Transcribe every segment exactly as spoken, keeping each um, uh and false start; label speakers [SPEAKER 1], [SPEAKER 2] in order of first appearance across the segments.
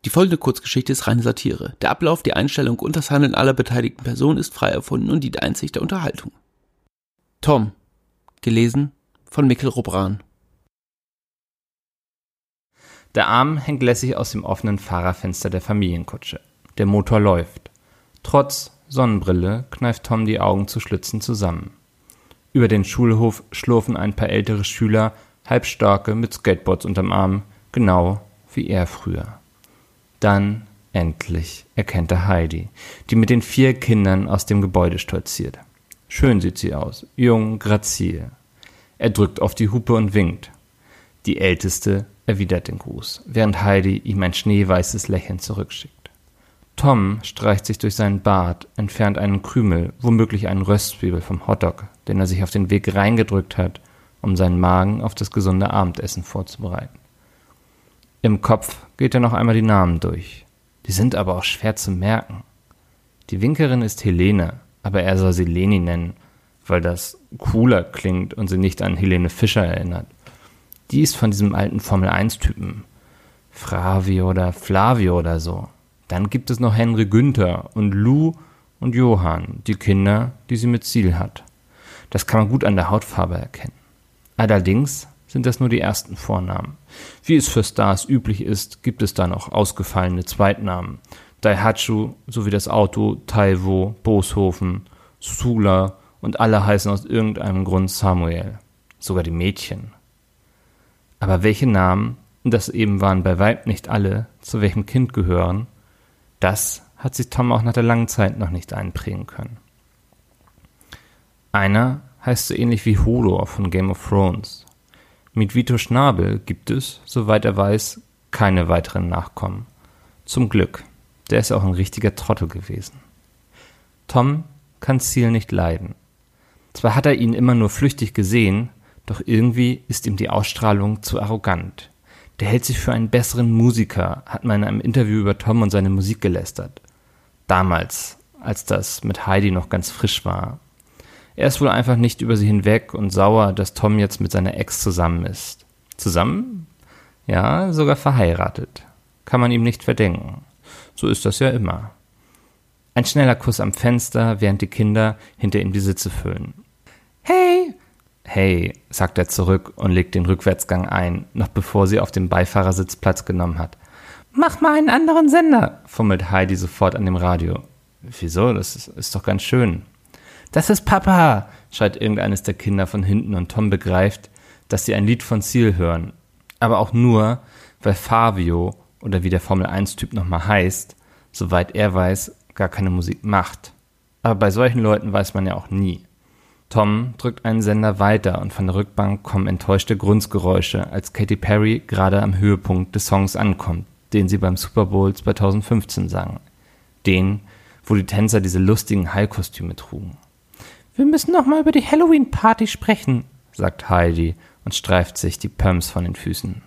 [SPEAKER 1] Die folgende Kurzgeschichte ist reine Satire. Der Ablauf, die Einstellung und das Handeln aller beteiligten Personen ist frei erfunden und dient einzig der Unterhaltung. Tom. Gelesen von Mikkel Robran.
[SPEAKER 2] Der Arm hängt lässig aus dem offenen Fahrerfenster der Familienkutsche. Der Motor läuft. Trotz Sonnenbrille kneift Tom die Augen zu Schlitzen zusammen. Über den Schulhof schlurfen ein paar ältere Schüler, halbstarke mit Skateboards unterm Arm, genau wie er früher. Dann, endlich, erkennt er Heidi, die mit den vier Kindern aus dem Gebäude stolziert. Schön sieht sie aus, jung, grazil. Er drückt auf die Hupe und winkt. Die Älteste erwidert den Gruß, während Heidi ihm ein schneeweißes Lächeln zurückschickt. Tom streicht sich durch seinen Bart, entfernt einen Krümel, womöglich einen Röstzwiebel vom Hotdog, den er sich auf den Weg reingedrückt hat, um seinen Magen auf das gesunde Abendessen vorzubereiten. Im Kopf geht er noch einmal die Namen durch. Die sind aber auch schwer zu merken. Die Winkerin ist Helene, aber er soll sie Leni nennen, weil das cooler klingt und sie nicht an Helene Fischer erinnert. Die ist von diesem alten Formel eins Typen. Flavio oder Flavio oder so. Dann gibt es noch Henry Günther und Lou und Johann, die Kinder, die sie mit Ziel hat. Das kann man gut an der Hautfarbe erkennen. Allerdings sind das nur die ersten Vornamen. Wie es für Stars üblich ist, gibt es da noch ausgefallene Zweitnamen. Daihatsu sowie das Auto, Taiwo, Boshofen, Sula und alle heißen aus irgendeinem Grund Samuel. Sogar die Mädchen. Aber welche Namen, und das eben waren bei Weib nicht alle, zu welchem Kind gehören, das hat sich Tom auch nach der langen Zeit noch nicht einprägen können. Einer heißt so ähnlich wie Hodor von Game of Thrones. Mit Vito Schnabel gibt es, soweit er weiß, keine weiteren Nachkommen. Zum Glück, der ist auch ein richtiger Trottel gewesen. Tom kann Seal nicht leiden. Zwar hat er ihn immer nur flüchtig gesehen, doch irgendwie ist ihm die Ausstrahlung zu arrogant. Der hält sich für einen besseren Musiker, hat man in einem Interview über Tom und seine Musik gelästert. Damals, als das mit Heidi noch ganz frisch war. Er ist wohl einfach nicht über sie hinweg und sauer, dass Tom jetzt mit seiner Ex zusammen ist. Zusammen? Ja, sogar verheiratet. Kann man ihm nicht verdenken. So ist das ja immer. Ein schneller Kuss am Fenster, während die Kinder hinter ihm die Sitze füllen. Hey! Hey, sagt er zurück und legt den Rückwärtsgang ein, noch bevor sie auf dem Beifahrersitz Platz genommen hat. Mach mal einen anderen Sender, fummelt Heidi sofort an dem Radio. Wieso? Das ist, ist doch ganz schön. Das ist Papa, schreit irgendeines der Kinder von hinten und Tom begreift, dass sie ein Lied von Seal hören. Aber auch nur, weil Fabio, oder wie der Formel eins Typ nochmal heißt, soweit er weiß, gar keine Musik macht. Aber bei solchen Leuten weiß man ja auch nie. Tom drückt einen Sender weiter und von der Rückbank kommen enttäuschte Grunzgeräusche, als Katy Perry gerade am Höhepunkt des Songs ankommt, den sie beim Super Bowl zweitausendfünfzehn sang. Den, wo die Tänzer diese lustigen Hallkostüme trugen. Wir müssen noch mal über die Halloween-Party sprechen, sagt Heidi und streift sich die Pumps von den Füßen.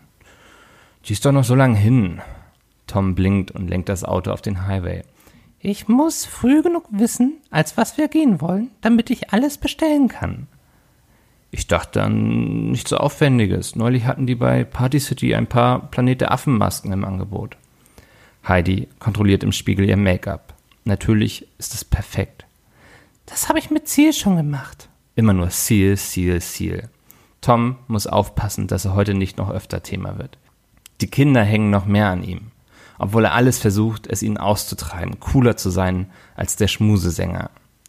[SPEAKER 2] Die ist doch noch so lang hin. Tom blinkt und lenkt das Auto auf den Highway. Ich muss früh genug wissen, als was wir gehen wollen, damit ich alles bestellen kann. Ich dachte an nichts so Aufwendiges. Neulich hatten die bei Party City ein paar Planet der Affen-Masken im Angebot. Heidi kontrolliert im Spiegel ihr Make-up. Natürlich ist es perfekt. Das habe ich mit Seal schon gemacht. Immer nur Seal, Seal, Seal. Tom muss aufpassen, dass er heute nicht noch öfter Thema wird. Die Kinder hängen noch mehr an ihm. Obwohl er alles versucht, es ihnen auszutreiben, cooler zu sein als der Schmusesänger.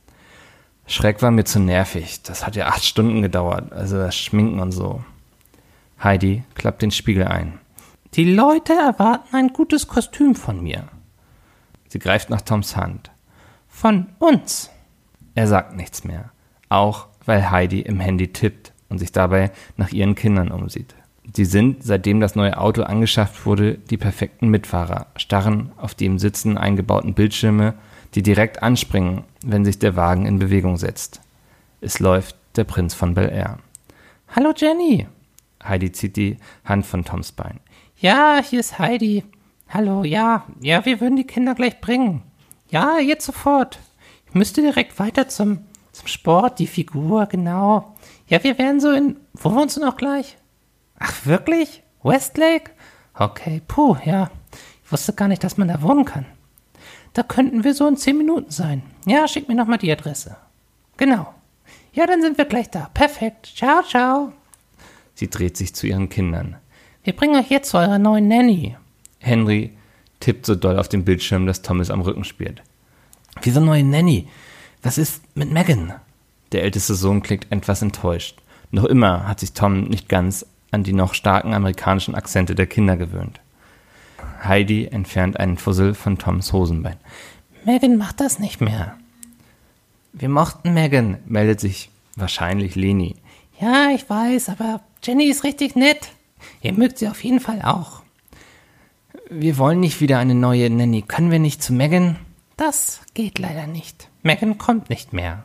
[SPEAKER 2] Schreck war mir zu nervig, das hat ja acht Stunden gedauert, also das Schminken und so. Heidi klappt den Spiegel ein. Die Leute erwarten ein gutes Kostüm von mir. Sie greift nach Toms Hand. Von uns. Er sagt nichts mehr, auch weil Heidi im Handy tippt und sich dabei nach ihren Kindern umsieht. Sie sind, seitdem das neue Auto angeschafft wurde, die perfekten Mitfahrer, starren auf die im Sitzen eingebauten Bildschirme, die direkt anspringen, wenn sich der Wagen in Bewegung setzt. Es läuft der Prinz von Bel-Air. Hallo Jenny! Heidi zieht die Hand von Toms Bein. Ja, hier ist Heidi. Hallo, ja, ja, wir würden die Kinder gleich bringen. Ja, jetzt sofort. Ich müsste direkt weiter zum, zum Sport, die Figur, genau. Ja, wir wären so in, wo wohnst du noch gleich? Ach, wirklich? Westlake? Okay, puh, ja. Ich Wusste gar nicht, dass man da wohnen kann. Da könnten wir so in zehn Minuten sein. Ja, schick mir nochmal die Adresse. Genau. Ja, dann sind wir gleich da. Perfekt. Ciao, ciao. Sie dreht sich zu ihren Kindern. Wir bringen euch jetzt zu eurer neuen Nanny. Henry tippt so doll auf den Bildschirm, dass Tom es am Rücken spielt. Wieso neue Nanny? Was ist mit Megan? Der älteste Sohn klingt etwas enttäuscht. Noch immer hat sich Tom nicht ganz an die noch starken amerikanischen Akzente der Kinder gewöhnt. Heidi entfernt einen Fussel von Toms Hosenbein. Megan macht das nicht mehr. Wir mochten Megan, meldet sich wahrscheinlich Leni. Ja, ich weiß, aber Jenny ist richtig nett. Ihr mögt sie auf jeden Fall auch. Wir wollen nicht wieder eine neue Nanny. Können wir nicht zu Megan? Das geht leider nicht. Megan kommt nicht mehr.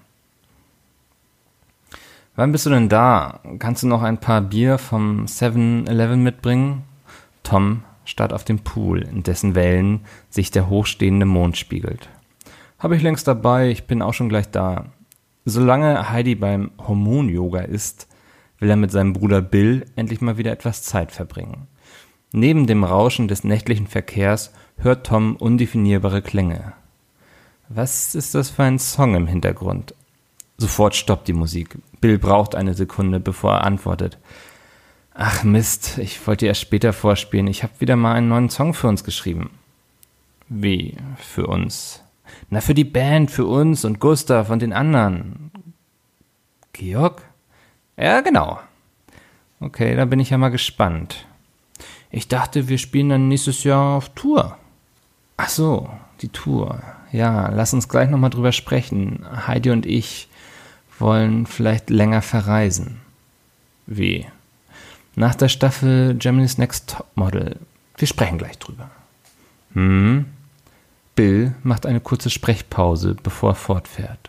[SPEAKER 2] Wann bist du denn da? Kannst du noch ein paar Bier vom seven eleven mitbringen? Tom starrt auf den Pool, in dessen Wellen sich der hochstehende Mond spiegelt. Habe ich längst dabei, ich bin auch schon gleich da. Solange Heidi beim Hormon-Yoga ist, will er mit seinem Bruder Bill endlich mal wieder etwas Zeit verbringen. Neben dem Rauschen des nächtlichen Verkehrs hört Tom undefinierbare Klänge. Was ist das für ein Song im Hintergrund? Sofort stoppt die Musik. Bill braucht eine Sekunde, bevor er antwortet. Ach Mist, ich wollte dir erst später vorspielen. Ich habe wieder mal einen neuen Song für uns geschrieben. Wie, für uns? Na, für die Band, für uns und Gustav und den anderen. Georg? Ja, genau. Okay, da bin ich ja mal gespannt. Ich dachte, wir spielen dann nächstes Jahr auf Tour. Ach so, die Tour. Ja, lass uns gleich nochmal drüber sprechen. Heidi und ich wollen vielleicht länger verreisen. Wie? Nach der Staffel Germany's Next Topmodel. Wir sprechen gleich drüber. Hm? Bill macht eine kurze Sprechpause, bevor er fortfährt.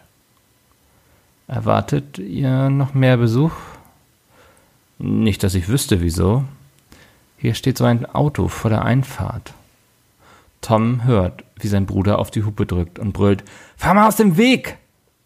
[SPEAKER 2] Erwartet ihr noch mehr Besuch? Nicht, dass ich wüsste, wieso. Hier steht so ein Auto vor der Einfahrt. Tom hört, wie sein Bruder auf die Hupe drückt und brüllt, »Fahr mal aus dem Weg!«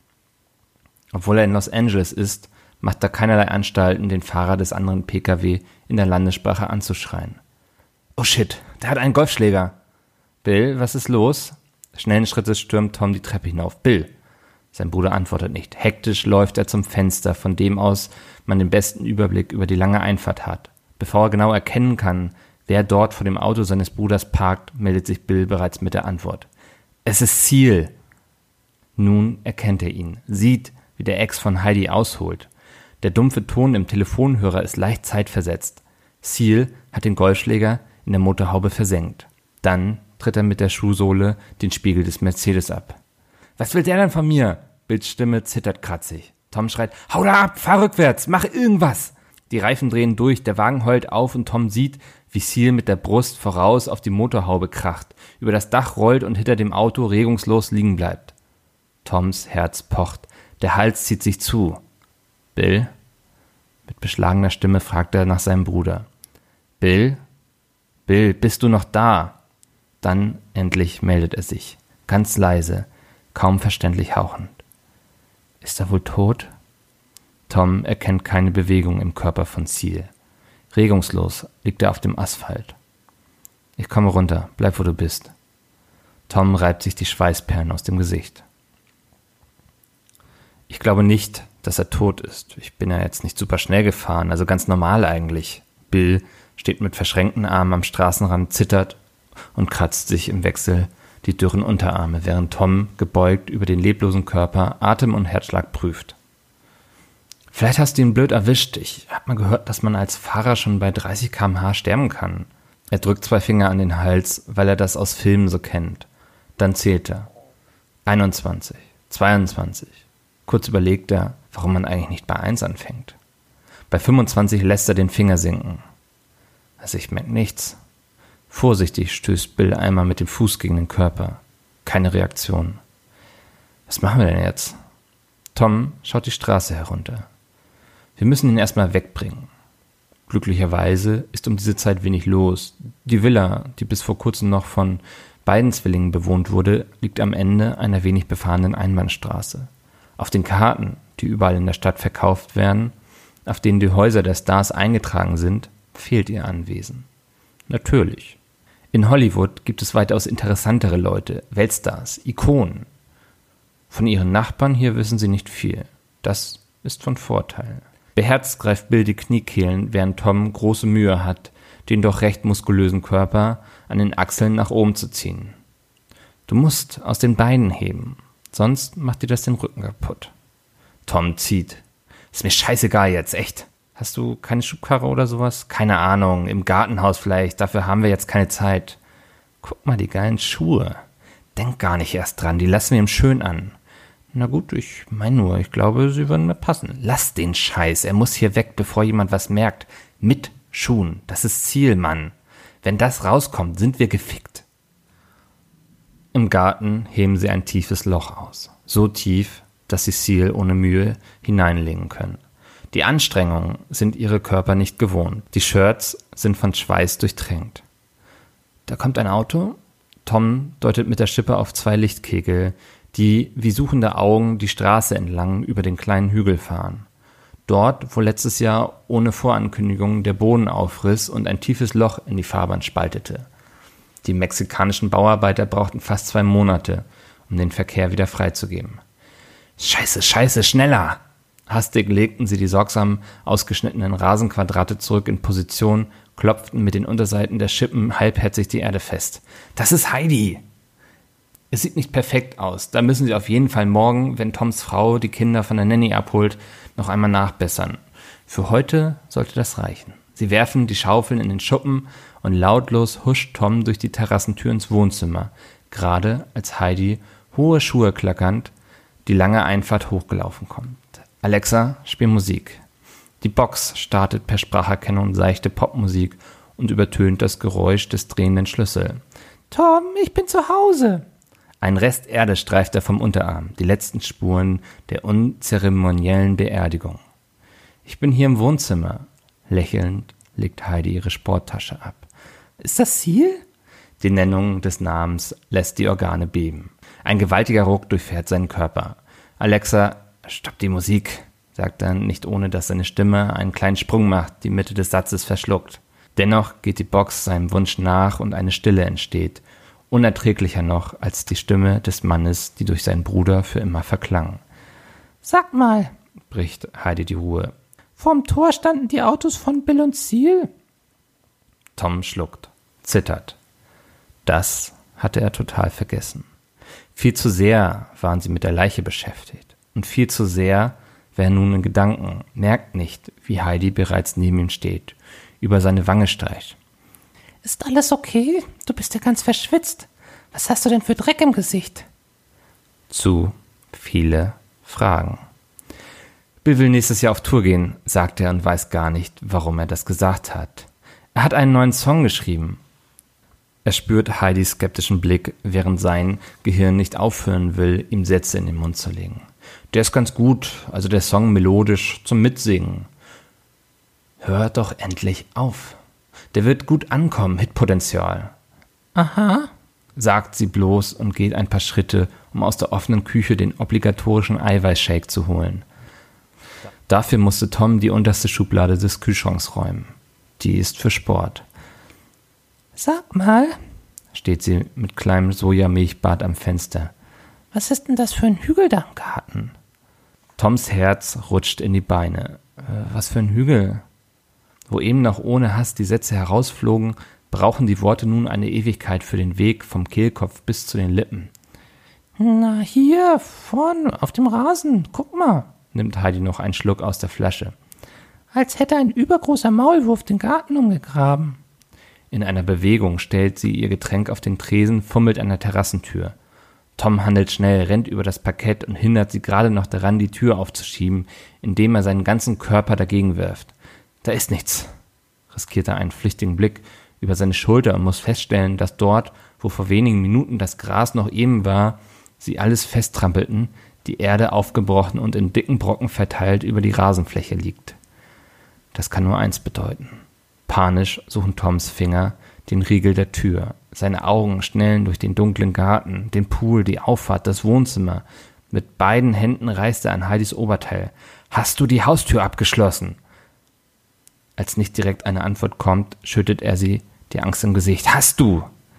[SPEAKER 2] Obwohl er in Los Angeles ist, macht er keinerlei Anstalten, den Fahrer des anderen P K W in der Landessprache anzuschreien. »Oh shit, der hat einen Golfschläger!« »Bill, was ist los?« Schnellen Schrittes stürmt Tom die Treppe hinauf. »Bill!« Sein Bruder antwortet nicht. Hektisch läuft er zum Fenster, von dem aus man den besten Überblick über die lange Einfahrt hat. Bevor er genau erkennen kann, wer dort vor dem Auto seines Bruders parkt, meldet sich Bill bereits mit der Antwort. »Es ist Seal!« Nun erkennt er ihn, sieht, wie der Ex von Heidi ausholt. Der dumpfe Ton im Telefonhörer ist leicht zeitversetzt. Seal hat den Golfschläger in der Motorhaube versenkt. Dann tritt er mit der Schuhsohle den Spiegel des Mercedes ab. »Was will der denn von mir?« Bills Stimme zittert kratzig. Tom schreit, »Hau da ab, fahr rückwärts, mach irgendwas!« Die Reifen drehen durch, der Wagen heult auf und Tom sieht, wie Seal mit der Brust voraus auf die Motorhaube kracht, über das Dach rollt und hinter dem Auto regungslos liegen bleibt. Toms Herz pocht, der Hals zieht sich zu. »Bill?« Mit beschlagener Stimme fragt er nach seinem Bruder. »Bill? Bill, bist du noch da?« Dann endlich meldet er sich, ganz leise, kaum verständlich hauchend. Ist er wohl tot? Tom erkennt keine Bewegung im Körper von Seal. Regungslos liegt er auf dem Asphalt. »Ich komme runter, bleib wo du bist.« Tom reibt sich die Schweißperlen aus dem Gesicht. »Ich glaube nicht, dass er tot ist. Ich bin ja jetzt nicht super schnell gefahren, also ganz normal eigentlich.« Bill steht mit verschränkten Armen am Straßenrand, zittert und kratzt sich im Wechsel die dürren Unterarme, während Tom gebeugt über den leblosen Körper Atem und Herzschlag prüft. »Vielleicht hast du ihn blöd erwischt. Ich hab mal gehört, dass man als Fahrer schon bei dreißig Kilometer pro Stunde sterben kann.« Er drückt zwei Finger an den Hals, weil er das aus Filmen so kennt. Dann zählt er. einundzwanzig, zweiundzwanzig. Kurz überlegt er, warum man eigentlich nicht bei eins anfängt. Bei fünfundzwanzig lässt er den Finger sinken. Also ich merke nichts. Vorsichtig stößt Bill einmal mit dem Fuß gegen den Körper. Keine Reaktion. Was machen wir denn jetzt? Tom schaut die Straße herunter. Wir müssen ihn erstmal wegbringen. Glücklicherweise ist um diese Zeit wenig los. Die Villa, die bis vor kurzem noch von beiden Zwillingen bewohnt wurde, liegt am Ende einer wenig befahrenen Einbahnstraße. Auf den Karten, die überall in der Stadt verkauft werden, auf denen die Häuser der Stars eingetragen sind, fehlt ihr Anwesen. Natürlich. In Hollywood gibt es weitaus interessantere Leute, Weltstars, Ikonen. Von ihren Nachbarn hier wissen sie nicht viel. Das ist von Vorteil. Beherzt greift Bill die Kniekehlen, während Tom große Mühe hat, den doch recht muskulösen Körper an den Achseln nach oben zu ziehen. Du musst aus den Beinen heben, sonst macht dir das den Rücken kaputt. Tom zieht. Ist mir scheißegal jetzt, echt. Hast du keine Schubkarre oder sowas? Keine Ahnung, im Gartenhaus vielleicht, dafür haben wir jetzt keine Zeit. Guck mal, die geilen Schuhe. Denk gar nicht erst dran, die lassen wir ihm schön an. Na gut, ich meine nur, ich glaube, sie würden mir passen. Lass den Scheiß, er muss hier weg, bevor jemand was merkt. Mit Schuhen, das ist Ziel, Mann. Wenn das rauskommt, sind wir gefickt. Im Garten heben sie ein tiefes Loch aus. So tief, dass sie Seal ohne Mühe hineinlegen können. Die Anstrengungen sind ihre Körper nicht gewohnt. Die Shirts sind von Schweiß durchtränkt. Da kommt ein Auto. Tom deutet mit der Schippe auf zwei Lichtkegel, die wie suchende Augen die Straße entlang über den kleinen Hügel fahren. Dort, wo letztes Jahr ohne Vorankündigung der Boden aufriss und ein tiefes Loch in die Fahrbahn spaltete. Die mexikanischen Bauarbeiter brauchten fast zwei Monate, um den Verkehr wieder freizugeben. Scheiße, scheiße, schneller! Hastig legten sie die sorgsam ausgeschnittenen Rasenquadrate zurück in Position, klopften mit den Unterseiten der Schippen halbherzig die Erde fest. Das ist Heidi! Es sieht nicht perfekt aus. Da müssen sie auf jeden Fall morgen, wenn Toms Frau die Kinder von der Nanny abholt, noch einmal nachbessern. Für heute sollte das reichen. Sie werfen die Schaufeln in den Schuppen und lautlos huscht Tom durch die Terrassentür ins Wohnzimmer, gerade als Heidi, hohe Schuhe klackernd, die lange Einfahrt hochgelaufen kommt. Alexa, spiel Musik. Die Box startet per Spracherkennung seichte Popmusik und übertönt das Geräusch des drehenden Schlüssels. Tom, ich bin zu Hause. Ein Rest Erde streift er vom Unterarm, die letzten Spuren der unzeremoniellen Beerdigung. Ich bin hier im Wohnzimmer. Lächelnd legt Heidi ihre Sporttasche ab. Ist das Ziel? Die Nennung des Namens lässt die Organe beben. Ein gewaltiger Ruck durchfährt seinen Körper. Alexa, stopp die Musik, sagt er, nicht ohne dass seine Stimme einen kleinen Sprung macht, die Mitte des Satzes verschluckt. Dennoch geht die Box seinem Wunsch nach und eine Stille entsteht, unerträglicher noch als die Stimme des Mannes, die durch seinen Bruder für immer verklang. Sag mal, bricht Heidi die Ruhe. Vorm Tor standen die Autos von Bill und Seal. Tom schluckt, zittert. Das hatte er total vergessen. Viel zu sehr waren sie mit der Leiche beschäftigt. Und viel zu sehr war er nun in Gedanken, merkt nicht, wie Heidi bereits neben ihm steht, über seine Wange streicht. Ist alles okay? Du bist ja ganz verschwitzt. Was hast du denn für Dreck im Gesicht? Zu viele Fragen. Bill will nächstes Jahr auf Tour gehen, sagt er und weiß gar nicht, warum er das gesagt hat. Er hat einen neuen Song geschrieben. Er spürt Heidis skeptischen Blick, während sein Gehirn nicht aufhören will, ihm Sätze in den Mund zu legen. Der ist ganz gut, also der Song melodisch zum Mitsingen. Hör doch endlich auf. Der wird gut ankommen, Hitpotenzial. Aha, sagt sie bloß und geht ein paar Schritte, um aus der offenen Küche den obligatorischen Eiweißshake zu holen. Dafür musste Tom die unterste Schublade des Kühlschranks räumen. Die ist für Sport. Sag mal, steht sie mit kleinem Sojamilchbad am Fenster. Was ist denn das für ein Hügel da im Garten? Toms Herz rutscht in die Beine. Äh, was für ein Hügel? Wo eben noch ohne Hass die Sätze herausflogen, brauchen die Worte nun eine Ewigkeit für den Weg vom Kehlkopf bis zu den Lippen. Na, hier, vorn, auf dem Rasen, guck mal, nimmt Heidi noch einen Schluck aus der Flasche. Als hätte ein übergroßer Maulwurf den Garten umgegraben. In einer Bewegung stellt sie ihr Getränk auf den Tresen, fummelt an der Terrassentür. Tom handelt schnell, rennt über das Parkett und hindert sie gerade noch daran, die Tür aufzuschieben, indem er seinen ganzen Körper dagegen wirft. Da ist nichts, riskiert er einen flüchtigen Blick über seine Schulter und muss feststellen, dass dort, wo vor wenigen Minuten das Gras noch eben war, sie alles festtrampelten, die Erde aufgebrochen und in dicken Brocken verteilt über die Rasenfläche liegt. Das kann nur eins bedeuten. Panisch suchen Toms Finger den Riegel der Tür. Seine Augen schnellen durch den dunklen Garten, den Pool, die Auffahrt, das Wohnzimmer. Mit beiden Händen reißt er an Heidis Oberteil. »Hast du die Haustür abgeschlossen?« Als nicht direkt eine Antwort kommt, schüttet er sie, die Angst im Gesicht. »Hast du?«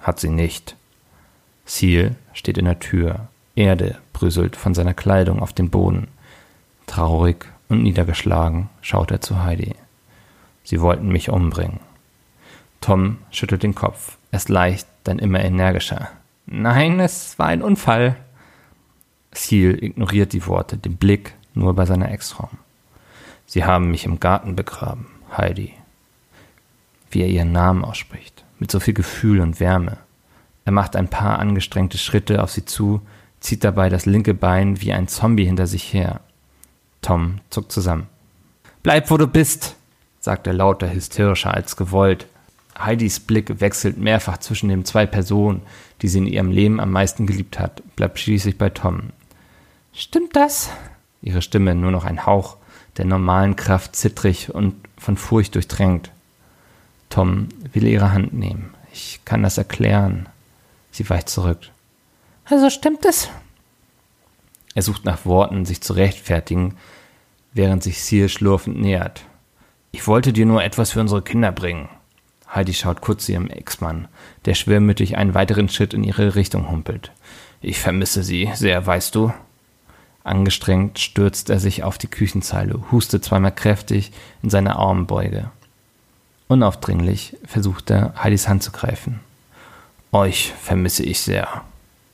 [SPEAKER 2] Hat sie nicht. Seal steht in der Tür. Erde bröselt von seiner Kleidung auf den Boden. Traurig und niedergeschlagen schaut er zu Heidi. Sie wollten mich umbringen. Tom schüttelt den Kopf. Erst leicht, dann immer energischer. Nein, es war ein Unfall. Seal ignoriert die Worte, den Blick nur bei seiner Ex-Frau. Sie haben mich im Garten begraben, Heidi. Wie er ihren Namen ausspricht, mit so viel Gefühl und Wärme. Er macht ein paar angestrengte Schritte auf sie zu, zieht dabei das linke Bein wie ein Zombie hinter sich her. Tom zuckt zusammen. Bleib, wo du bist, sagt er lauter, hysterischer als gewollt. Heidis Blick wechselt mehrfach zwischen den zwei Personen, die sie in ihrem Leben am meisten geliebt hat, bleibt schließlich bei Tom. Stimmt das? Ihre Stimme nur noch ein Hauch der normalen Kraft, zittrig und von Furcht durchdrängt. Tom will ihre Hand nehmen. Ich kann das erklären. Sie weicht zurück. Also stimmt es? Er sucht nach Worten, sich zu rechtfertigen, während sich Seal schlurfend nähert. Ich wollte dir nur etwas für unsere Kinder bringen. Heidi schaut kurz zu ihrem Ex-Mann, der schwermütig einen weiteren Schritt in ihre Richtung humpelt. Ich vermisse sie sehr, weißt du? Angestrengt stürzt er sich auf die Küchenzeile, hustet zweimal kräftig in seine Armbeuge. Unaufdringlich versucht er, Heidis Hand zu greifen. Euch vermisse ich sehr.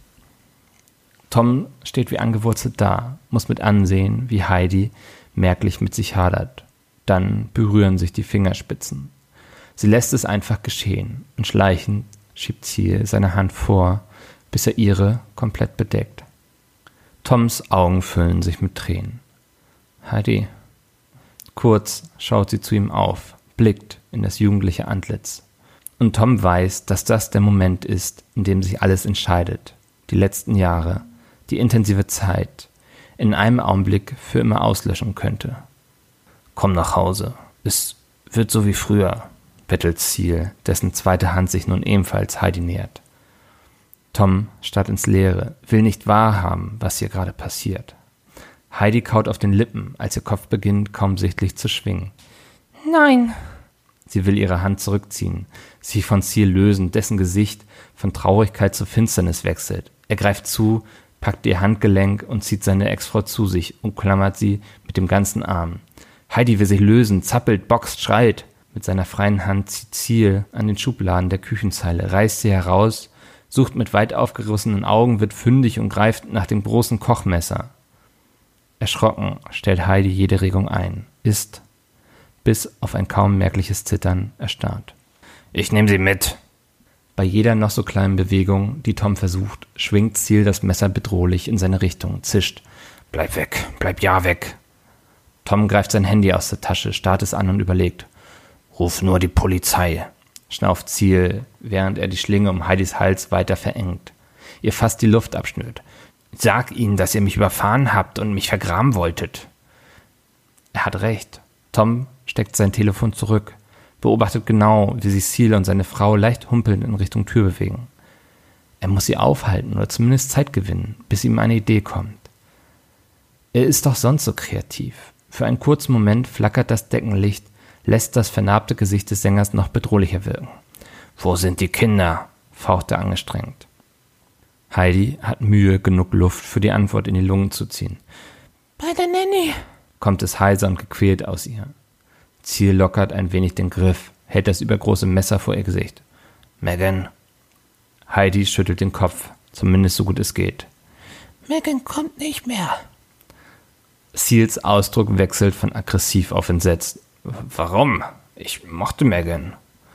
[SPEAKER 2] Tom steht wie angewurzelt da, muss mit ansehen, wie Heidi merklich mit sich hadert. Dann berühren sich die Fingerspitzen. Sie lässt es einfach geschehen und schleichend schiebt Seal seine Hand vor, bis er ihre komplett bedeckt. Toms Augen füllen sich mit Tränen. Heidi. Kurz schaut sie zu ihm auf, blickt in das jugendliche Antlitz. Und Tom weiß, dass das der Moment ist, in dem sich alles entscheidet. Die letzten Jahre, die intensive Zeit, in einem Augenblick für immer auslöschen könnte. Komm nach Hause. Es wird so wie früher, bettelt Seal, dessen zweite Hand sich nun ebenfalls Heidi nähert. Tom starrt ins Leere, will nicht wahrhaben, was hier gerade passiert. Heidi kaut auf den Lippen, als ihr Kopf beginnt, kaum sichtlich zu schwingen. Nein! Sie will ihre Hand zurückziehen, sich von Seal lösen, dessen Gesicht von Traurigkeit zu Finsternis wechselt. Er greift zu, packt ihr Handgelenk und zieht seine Ex-Frau zu sich und klammert sie mit dem ganzen Arm. Heidi will sich lösen, zappelt, boxt, schreit. Mit seiner freien Hand zieht Seal an den Schubladen der Küchenzeile, reißt sie heraus, sucht mit weit aufgerissenen Augen, wird fündig und greift nach dem großen Kochmesser. Erschrocken stellt Heidi jede Regung ein, ist, bis auf ein kaum merkliches Zittern, erstarrt. Ich nehme sie mit. Bei jeder noch so kleinen Bewegung, die Tom versucht, schwingt Seal das Messer bedrohlich in seine Richtung, zischt. Bleib weg, bleib ja weg. Tom greift sein Handy aus der Tasche, starrt es an und überlegt. Ruf nur die Polizei, schnauft Seal, während er die Schlinge um Heidis Hals weiter verengt, ihr fast die Luft abschnürt. Sag ihnen, dass ihr mich überfahren habt und mich vergraben wolltet. Er hat recht. Tom steckt sein Telefon zurück, beobachtet genau, wie sich Seal und seine Frau leicht humpelnd in Richtung Tür bewegen. Er muss sie aufhalten oder zumindest Zeit gewinnen, bis ihm eine Idee kommt. Er ist doch sonst so kreativ. Für einen kurzen Moment flackert das Deckenlicht, lässt das vernarbte Gesicht des Sängers noch bedrohlicher wirken. »Wo sind die Kinder?« faucht er angestrengt. Heidi hat Mühe, genug Luft für die Antwort in die Lungen zu ziehen. »Bei der Nanny«, kommt es heiser und gequält aus ihr. Seal lockert ein wenig den Griff, hält das übergroße Messer vor ihr Gesicht. »Megan?« Heidi schüttelt den Kopf, zumindest so gut es geht. »Megan kommt nicht mehr.« Seals Ausdruck wechselt von aggressiv auf entsetzt. »Warum? Ich mochte Megan.«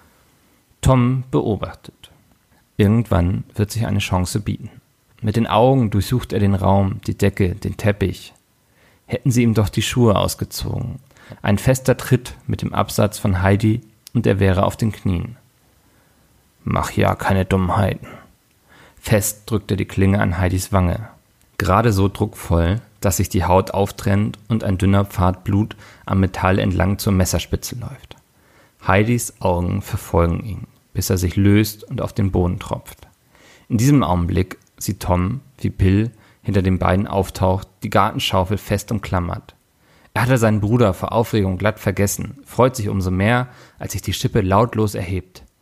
[SPEAKER 2] Tom beobachtet. Irgendwann wird sich eine Chance bieten. Mit den Augen durchsucht er den Raum, die Decke, den Teppich. Hätten sie ihm doch die Schuhe ausgezogen. Ein fester Tritt mit dem Absatz von Heidi und er wäre auf den Knien. »Mach ja keine Dummheiten.« Fest drückt er die Klinge an Heidis Wange. Gerade so druckvoll, dass sich die Haut auftrennt und ein dünner Pfad Blut am Metall entlang zur Messerspitze läuft. Heidis Augen verfolgen ihn, bis er sich löst und auf den Boden tropft. In diesem Augenblick sieht Tom, wie Bill hinter den beiden auftaucht, die Gartenschaufel fest umklammert. Er hatte seinen Bruder vor Aufregung glatt vergessen, freut sich umso mehr, als sich die Schippe lautlos erhebt.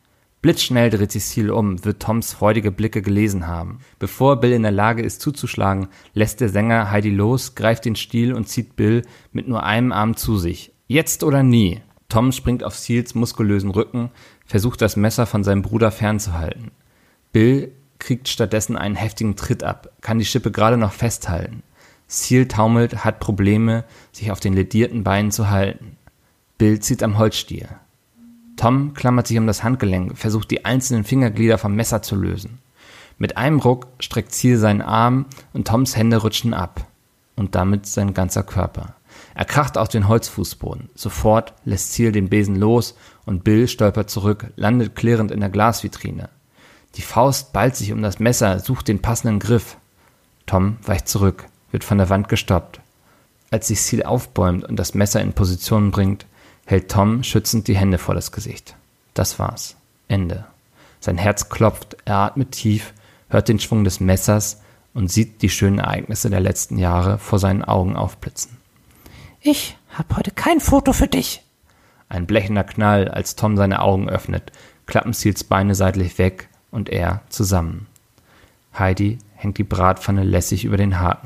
[SPEAKER 2] Blitzschnell dreht sich Seal um, wird Toms freudige Blicke gelesen haben. Bevor Bill in der Lage ist zuzuschlagen, lässt der Sänger Heidi los, greift den Stiel und zieht Bill mit nur einem Arm zu sich. Jetzt oder nie. Tom springt auf Seals muskulösen Rücken, versucht das Messer von seinem Bruder fernzuhalten. Bill kriegt stattdessen einen heftigen Tritt ab, kann die Schippe gerade noch festhalten. Seal taumelt, hat Probleme, sich auf den ledierten Beinen zu halten. Bill zieht am Holzstiel. Tom klammert sich um das Handgelenk, versucht die einzelnen Fingerglieder vom Messer zu lösen. Mit einem Ruck streckt Seal seinen Arm und Toms Hände rutschen ab. Und damit sein ganzer Körper. Er kracht auf den Holzfußboden. Sofort lässt Seal den Besen los und Bill stolpert zurück, landet klirrend in der Glasvitrine. Die Faust ballt sich um das Messer, sucht den passenden Griff. Tom weicht zurück, wird von der Wand gestoppt. Als sich Seal aufbäumt und das Messer in Position bringt, hält Tom schützend die Hände vor das Gesicht. Das war's. Ende. Sein Herz klopft, er atmet tief, hört den Schwung des Messers und sieht die schönen Ereignisse der letzten Jahre vor seinen Augen aufblitzen.
[SPEAKER 3] Ich hab heute kein Foto für dich.
[SPEAKER 2] Ein blechender Knall, als Tom seine Augen öffnet, klappen Seals Beine seitlich weg und er zusammen. Heidi hängt die Bratpfanne lässig über den Haken.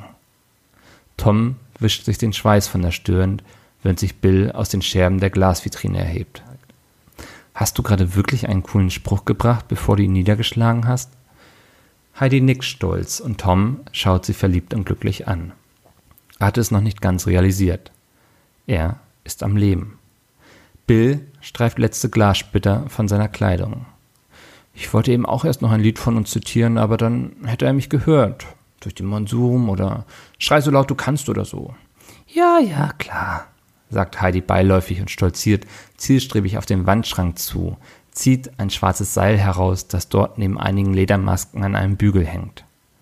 [SPEAKER 2] Tom wischt sich den Schweiß von der Stirn, während sich Bill aus den Scherben der Glasvitrine erhebt. Hast du gerade wirklich einen coolen Spruch gebracht, bevor du ihn niedergeschlagen hast? Heidi nickt stolz und Tom schaut sie verliebt und glücklich an. Er hat es noch nicht ganz realisiert. Er ist am Leben. Bill streift letzte Glassplitter von seiner Kleidung. Ich wollte eben auch erst noch ein Lied von uns zitieren, aber dann hätte er mich gehört. Durch den Monsum oder Schrei so laut du kannst oder so.
[SPEAKER 3] Ja, ja, klar,
[SPEAKER 2] sagt Heidi beiläufig und stolziert zielstrebig auf den Wandschrank zu, zieht ein schwarzes Seil heraus, das dort neben einigen Ledermasken an einem Bügel hängt.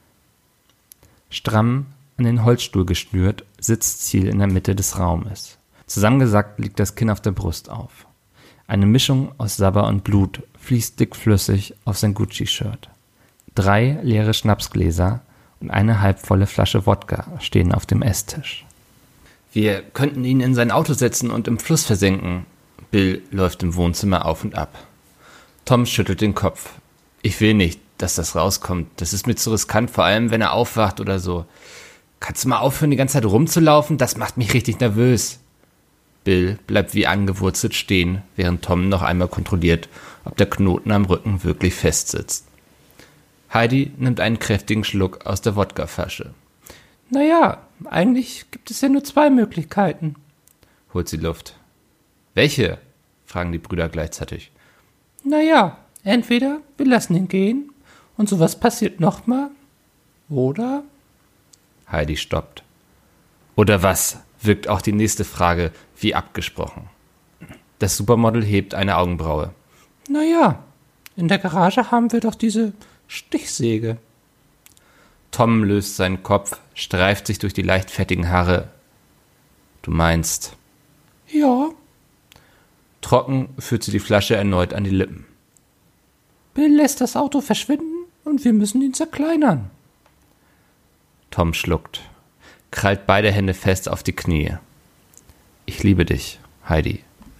[SPEAKER 2] Stramm an den Holzstuhl geschnürt, sitzt Seal in der Mitte des Raumes. Zusammengesackt liegt das Kinn auf der Brust auf. Eine Mischung aus Sabber und Blut fließt dickflüssig auf sein Gucci-Shirt. Drei leere Schnapsgläser und eine halbvolle Flasche Wodka stehen auf dem Esstisch. Wir könnten ihn in sein Auto setzen und im Fluss versenken. Bill läuft im Wohnzimmer auf und ab. Tom schüttelt den Kopf. Ich will nicht, dass das rauskommt. Das ist mir zu riskant, vor allem wenn er aufwacht oder so. Kannst du mal aufhören, die ganze Zeit rumzulaufen? Das macht mich richtig nervös. Bill bleibt wie angewurzelt stehen, während Tom noch einmal kontrolliert, ob der Knoten am Rücken wirklich fest sitzt. Heidi nimmt einen kräftigen Schluck aus der Wodkaflasche.
[SPEAKER 3] Naja, eigentlich gibt es ja nur zwei Möglichkeiten.
[SPEAKER 2] Holt sie Luft. Welche? Fragen die Brüder gleichzeitig.
[SPEAKER 3] Naja, entweder wir lassen ihn gehen und sowas passiert nochmal, oder?
[SPEAKER 2] Heidi stoppt. Oder was? Wirkt auch die nächste Frage wie abgesprochen. Das Supermodel hebt eine Augenbraue.
[SPEAKER 3] Naja, in der Garage haben wir doch diese Stichsäge.
[SPEAKER 2] Tom löst seinen Kopf, streift sich durch die leicht fettigen Haare. Du meinst?
[SPEAKER 3] Ja.
[SPEAKER 2] Trocken führt sie die Flasche erneut an die Lippen.
[SPEAKER 3] Bill lässt das Auto verschwinden und wir müssen ihn zerkleinern.
[SPEAKER 2] Tom schluckt, krallt beide Hände fest auf die Knie. Ich liebe dich, Heidi.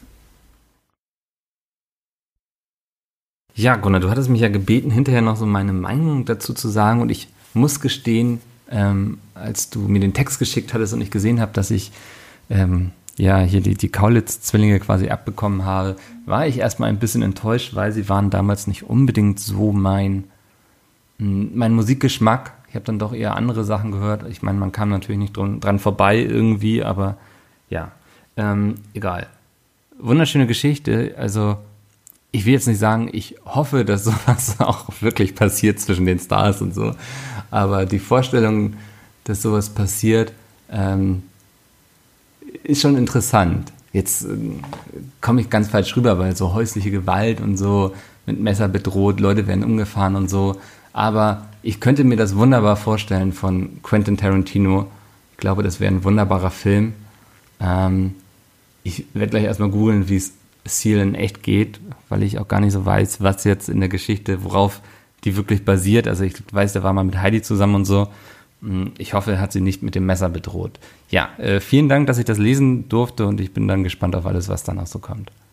[SPEAKER 2] Ja, Gunnar, du hattest mich ja gebeten, hinterher noch so meine Meinung dazu zu sagen und ich muss gestehen, ähm, als du mir den Text geschickt hattest und ich gesehen habe, dass ich ähm, ja hier die, die Kaulitz-Zwillinge quasi abbekommen habe, war ich erstmal ein bisschen enttäuscht, weil sie waren damals nicht unbedingt so mein, mein Musikgeschmack. Ich habe dann doch eher andere Sachen gehört. Ich meine, man kam natürlich nicht dran, dran vorbei irgendwie, aber ja, ähm, egal. Wunderschöne Geschichte, also ich will jetzt nicht sagen, ich hoffe, dass sowas auch wirklich passiert zwischen den Stars und so, aber die Vorstellung, dass sowas passiert, ähm, ist schon interessant. Jetzt äh, komme ich ganz falsch rüber, weil so häusliche Gewalt und so mit Messer bedroht, Leute werden umgefahren und so, aber ich könnte mir das wunderbar vorstellen von Quentin Tarantino. Ich glaube, das wäre ein wunderbarer Film. Ähm, ich werde gleich erstmal googeln, wie es Seal in echt geht, weil ich auch gar nicht so weiß, was jetzt in der Geschichte, worauf die wirklich basiert. Also ich weiß, der war mal mit Heidi zusammen und so. Ich hoffe, er hat sie nicht mit dem Messer bedroht. Ja, äh, vielen Dank, dass ich das lesen durfte und ich bin dann gespannt auf alles, was danach so kommt.